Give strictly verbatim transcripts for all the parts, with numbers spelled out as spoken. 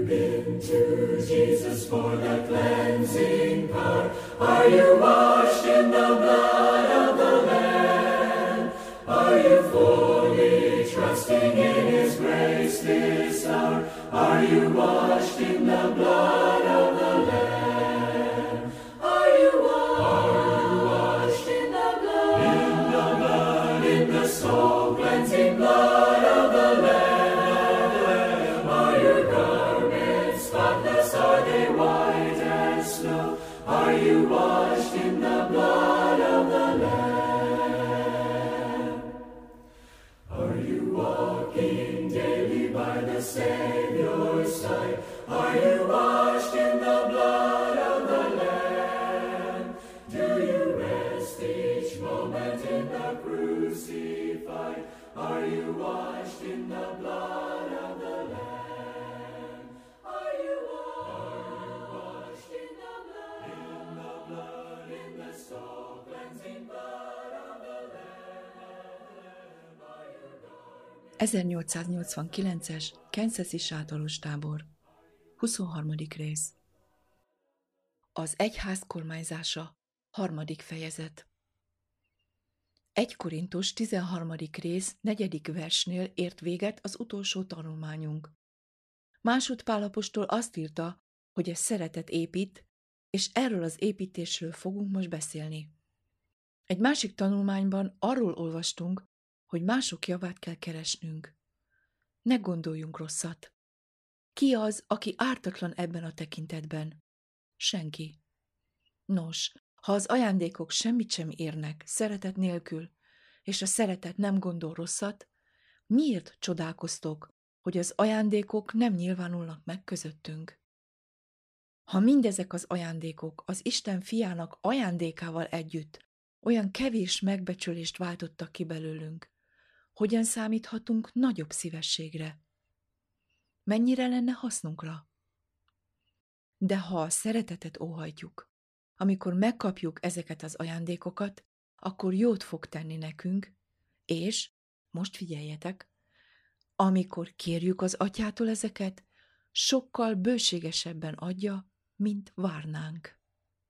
To Jesus for the cleansing power. Are you washed in the blood of the Lamb? Are you fully trusting in His grace this hour? Are you washed in the blood of the Lamb? Are you washed? Are you washed in the blood? In the blood, in the soul cleansing blood of the Lamb. Are your garments spotless? Are they white as snow? Are you washed in the blood of the Lamb? Are you walking daily by the Savior's side? Are you washed in the blood of the Lamb? Do you rest each moment in the crucified? Are you washed in the blood of the Lamb? Are you washed in the blood? In the blood, in the soul cleansing blood of the Lamb. Are your garments? ezernyolcszáznyolcvankilences Kansas-i sátoros tábor. huszonharmadik rész. Az egyház kormányzása. Harmadik fejezet. egy Korintus tizenharmadik rész negyedik versnél ért véget az utolsó tanulmányunk. Másod Pál apostol azt írta, hogy ez szeretet épít, és erről az építésről fogunk most beszélni. Egy másik tanulmányban arról olvastunk, hogy mások javát kell keresnünk. Ne gondoljunk rosszat. Ki az, aki ártatlan ebben a tekintetben? Senki. Nos, ha az ajándékok semmit sem érnek szeretet nélkül, és a szeretet nem gondol rosszat, miért csodálkoztok, hogy az ajándékok nem nyilvánulnak meg közöttünk? Ha mindezek az ajándékok az Isten fiának ajándékával együtt olyan kevés megbecsülést váltottak ki belőlünk, hogyan számíthatunk nagyobb szívességre? Mennyire lenne hasznunkra? De ha a szeretetet óhajtjuk, amikor megkapjuk ezeket az ajándékokat, akkor jót fog tenni nekünk, és, most figyeljetek, amikor kérjük az Atyától ezeket, sokkal bőségesebben adja, mint várnánk.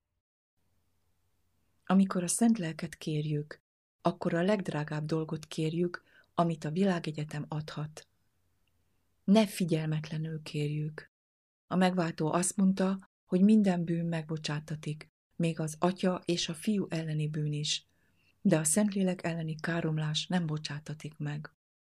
Amikor a Szent Lelket kérjük, akkor a legdrágább dolgot kérjük, amit a világegyetem adhat. Ne figyelmetlenül kérjük. A megváltó azt mondta, hogy minden bűn megbocsátatik, még az Atya és a Fiú elleni bűn is, de a Szentlélek elleni káromlás nem bocsátatik meg.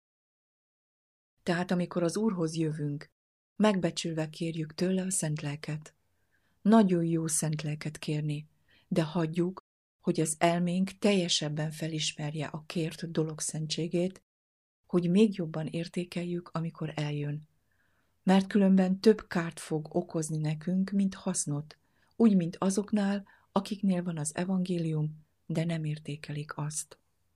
Tehát amikor az Úrhoz jövünk, megbecsülve kérjük tőle a Szent Lelket. Nagyon jó Szent Lelket kérni, de hagyjuk, hogy az elménk teljesebben felismerje a kért dolog szentségét, hogy még jobban értékeljük, amikor eljön. Mert különben több kárt fog okozni nekünk, mint hasznot, úgy, mint azoknál, akiknél van az evangélium, de nem értékelik azt.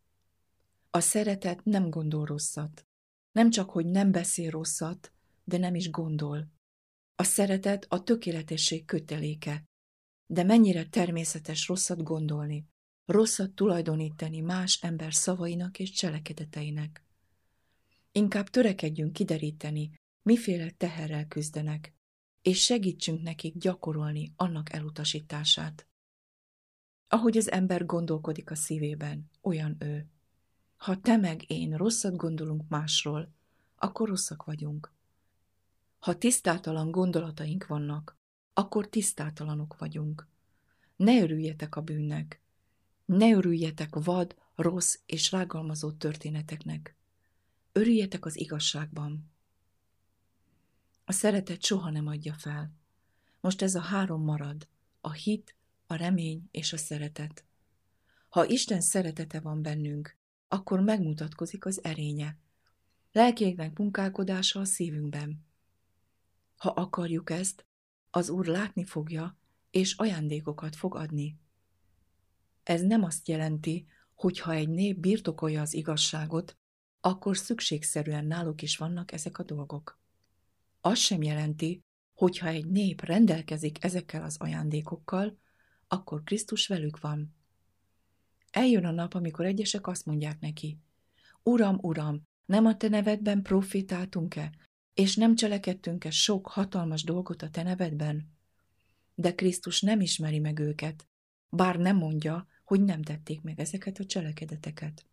A szeretet nem gondol rosszat. Nem csak, hogy nem beszél rosszat, de nem is gondol. A szeretet a tökéletesség köteléke. De mennyire természetes rosszat gondolni, rosszat tulajdonítani más ember szavainak és cselekedeteinek. Inkább törekedjünk kideríteni, miféle teherrel küzdenek, és segítsünk nekik gyakorolni annak elutasítását. Ahogy az ember gondolkodik a szívében, olyan ő. Ha te meg én rosszat gondolunk másról, akkor rosszak vagyunk. Ha tisztátalan gondolataink vannak, akkor tisztátalanok vagyunk. Ne örüljetek a bűnnek. Ne örüljetek vad, rossz és rágalmazó történeteknek. Örüljetek az igazságban. A szeretet soha nem adja fel. Most ez a három marad, a hit, a remény és a szeretet. Ha Isten szeretete van bennünk, akkor megmutatkozik az erénye. Lelkieknek munkálkodása a szívünkben. Ha akarjuk ezt, az Úr látni fogja, és ajándékokat fog adni. Ez nem azt jelenti, hogy ha egy nép birtokolja az igazságot, akkor szükségszerűen náluk is vannak ezek a dolgok. Az sem jelenti, hogy ha egy nép rendelkezik ezekkel az ajándékokkal, akkor Krisztus velük van. Eljön a nap, amikor egyesek azt mondják neki: Uram, Uram, nem a te nevedben profétáltunk-e? És nem cselekedtünk-e sok hatalmas dolgot a te nevedben? De Krisztus nem ismeri meg őket, bár nem mondja, hogy nem tették meg ezeket a cselekedeteket.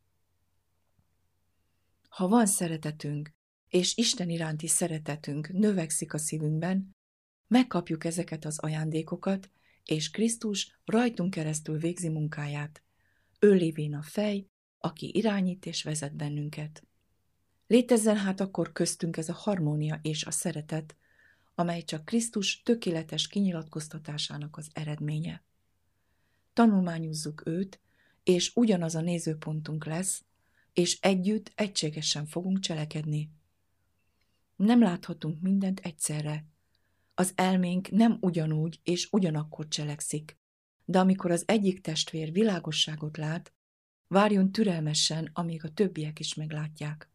Ha van szeretetünk, és Isten iránti szeretetünk növekszik a szívünkben, megkapjuk ezeket az ajándékokat, és Krisztus rajtunk keresztül végzi munkáját. Ő lévén a fej, aki irányít és vezet bennünket. Létezzen hát akkor köztünk ez a harmónia és a szeretet, amely csak Krisztus tökéletes kinyilatkoztatásának az eredménye. Tanulmányozzuk őt, és ugyanaz a nézőpontunk lesz, és együtt egységesen fogunk cselekedni. Nem láthatunk mindent egyszerre. Az elménk nem ugyanúgy és ugyanakkor cselekszik, de amikor az egyik testvér világosságot lát, várjon türelmesen, amíg a többiek is meglátják.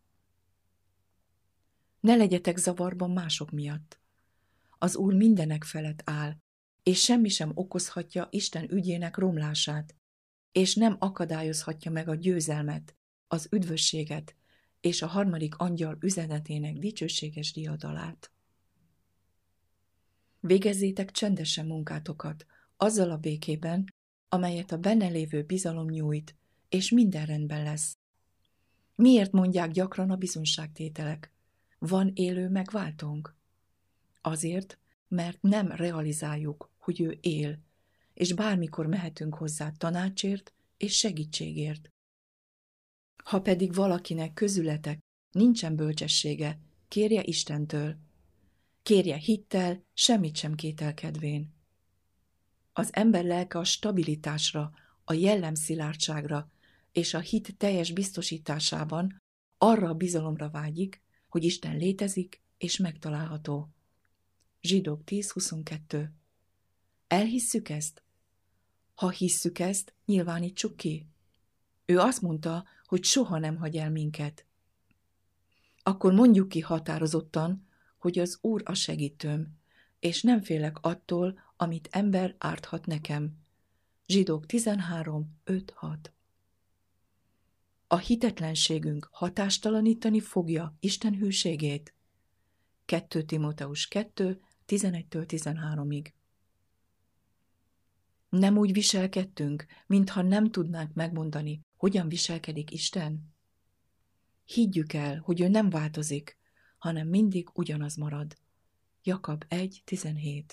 Ne legyetek zavarban mások miatt. Az Úr mindenek felett áll, és semmi sem okozhatja Isten ügyének romlását, és nem akadályozhatja meg a győzelmet, az üdvösséget és a harmadik angyal üzenetének dicsőséges diadalát. Végezzétek csendesen munkátokat, azzal a békében, amelyet a benne lévő bizalom nyújt, és minden rendben lesz. Miért mondják gyakran a bizonyságtételek? Van élő megváltónk? Azért, mert nem realizáljuk, hogy ő él, és bármikor mehetünk hozzá tanácsért és segítségért. Ha pedig valakinek közületek nincsen bölcsessége, kérje Istentől. Kérje hittel, semmit sem kételkedvén. Az ember lelke a stabilitásra, a jellemszilárdságra és a hit teljes biztosításában arra a bizalomra vágyik, hogy Isten létezik és megtalálható. Zsidók tíz huszonkettő. Elhisszük ezt? Ha hisszük ezt, nyilvánítsuk ki. Ő azt mondta, hogy soha nem hagy el minket. Akkor mondjuk ki határozottan, hogy az Úr a segítőm, és nem félek attól, amit ember árthat nekem. Zsidók tizenhárom öt hat. A hitetlenségünk hatástalanítani fogja Isten hűségét. kettő Timóteus kettő tizenegytől tizenháromig. Nem úgy viselkedtünk, mintha nem tudnánk megmondani, hogyan viselkedik Isten? Higgyük el, hogy ő nem változik, hanem mindig ugyanaz marad. Jakab egy tizenhét.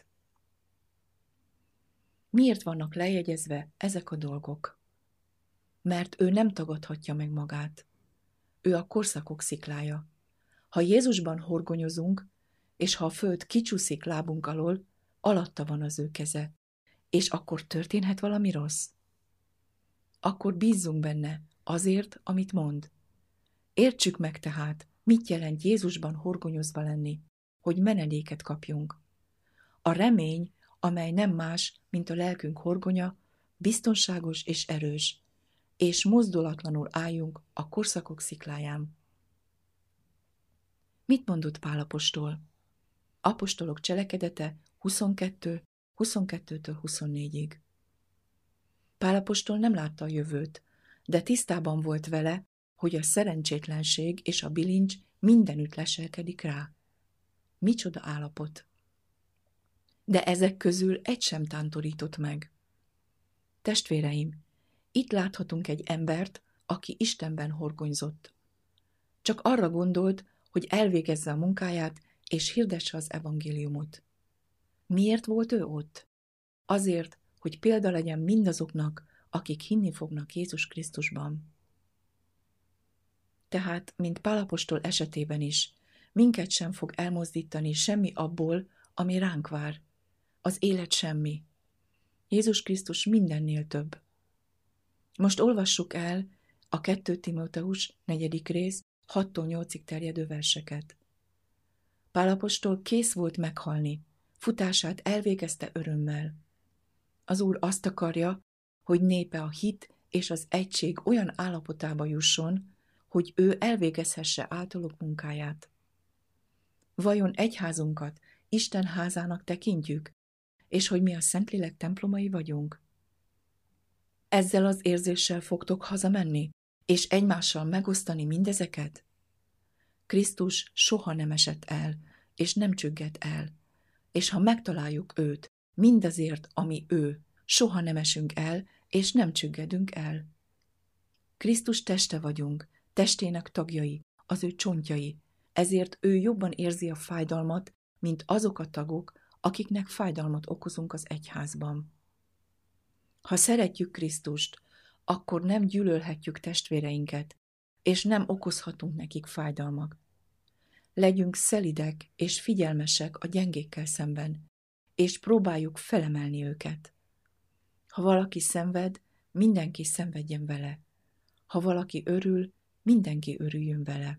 Miért vannak lejegyezve ezek a dolgok? Mert ő nem tagadhatja meg magát. Ő a korszakok sziklája. Ha Jézusban horgonyozunk, és ha a föld kicsúszik lábunk alól, alatta van az ő keze, és akkor történhet valami rossz? Akkor bízzunk benne, azért, amit mond. Értsük meg tehát, mit jelent Jézusban horgonyozva lenni, hogy menedéket kapjunk. A remény, amely nem más, mint a lelkünk horgonya, biztonságos és erős, és mozdulatlanul álljunk a korszakok szikláján. Mit mondott Pál apostol? Apostolok cselekedete huszonkettő huszonkettőtől huszonnégyig. Pál apostol nem látta a jövőt, de tisztában volt vele, hogy a szerencsétlenség és a bilincs mindenütt leselkedik rá. Micsoda állapot! De ezek közül egy sem tántorított meg. Testvéreim, itt láthatunk egy embert, aki Istenben horgonyzott. Csak arra gondolt, hogy elvégezze a munkáját és hirdesse az evangéliumot. Miért volt ő ott? Azért, hogy példa legyen mindazoknak, akik hinni fognak Jézus Krisztusban. Tehát, mint Pál apostol esetében is, minket sem fog elmozdítani semmi abból, ami ránk vár. Az élet semmi. Jézus Krisztus mindennél több. Most olvassuk el a kettő Timóteus negyedik rész hattól nyolcig terjedő verseket. Pál apostol kész volt meghalni, futását elvégezte örömmel. Az Úr azt akarja, hogy népe a hit és az egység olyan állapotába jusson, hogy ő elvégezhesse általuk munkáját. Vajon egyházunkat Isten házának tekintjük, és hogy mi a Szentlélek templomai vagyunk? Ezzel az érzéssel fogtok hazamenni, és egymással megosztani mindezeket? Krisztus soha nem esett el, és nem csügged el, és ha megtaláljuk őt, mindazért, ami ő, soha nem esünk el, és nem csüggedünk el. Krisztus teste vagyunk, testének tagjai, az ő csontjai, ezért ő jobban érzi a fájdalmat, mint azok a tagok, akiknek fájdalmat okozunk az egyházban. Ha szeretjük Krisztust, akkor nem gyűlölhetjük testvéreinket, és nem okozhatunk nekik fájdalmat. Legyünk szelidek és figyelmesek a gyengékkel szemben, és próbáljuk felemelni őket. Ha valaki szenved, mindenki szenvedjen vele. Ha valaki örül, mindenki örüljön vele.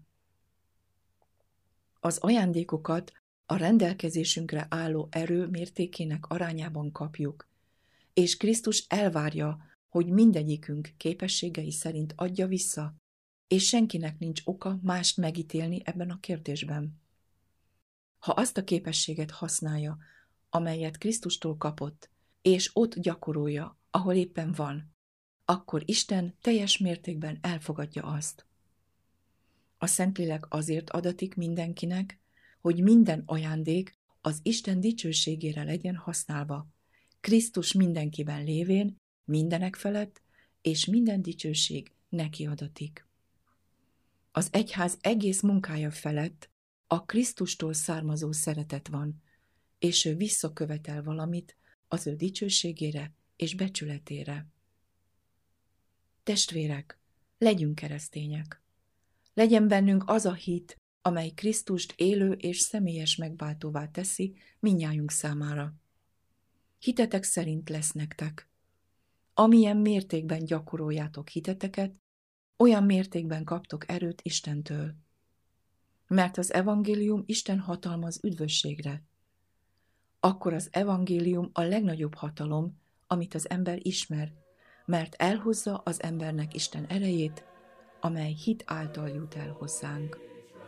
Az ajándékokat a rendelkezésünkre álló erő mértékének arányában kapjuk, és Krisztus elvárja, hogy mindegyikünk képességei szerint adja vissza, és senkinek nincs oka mást megítélni ebben a kérdésben. Ha azt a képességet használja, amelyet Krisztustól kapott, és ott gyakorolja, ahol éppen van, akkor Isten teljes mértékben elfogadja azt. A Szentlélek azért adatik mindenkinek, hogy minden ajándék az Isten dicsőségére legyen használva, Krisztus mindenkiben lévén, mindenek felett, és minden dicsőség neki adatik. Az egyház egész munkája felett a Krisztustól származó szeretet van, és ő visszakövetel valamit az ő dicsőségére és becsületére. Testvérek, legyünk keresztények. Legyen bennünk az a hit, amely Krisztust élő és személyes megváltóvá teszi mindnyájunk számára. Hitetek szerint lesz nektek. Amilyen mértékben gyakoroljátok hiteteket, olyan mértékben kaptok erőt Istentől. Mert az evangélium Isten hatalma az üdvösségre. Akkor az evangélium a legnagyobb hatalom, amit az ember ismer, mert elhozza az embernek Isten erejét, amely hit által jut el hozzánk.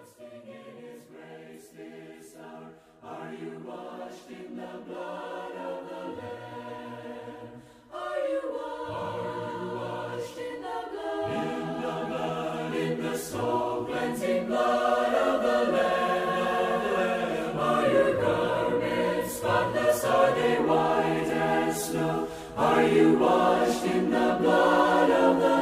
Are you washed in the blood of the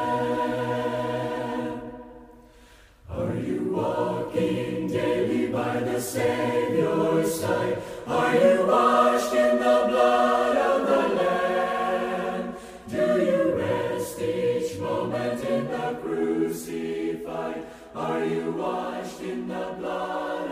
Lamb? Are you walking daily by the Savior's side? Are you washed in the blood of the Lamb? Do you rest each moment in the crucified? Are you washed in the blood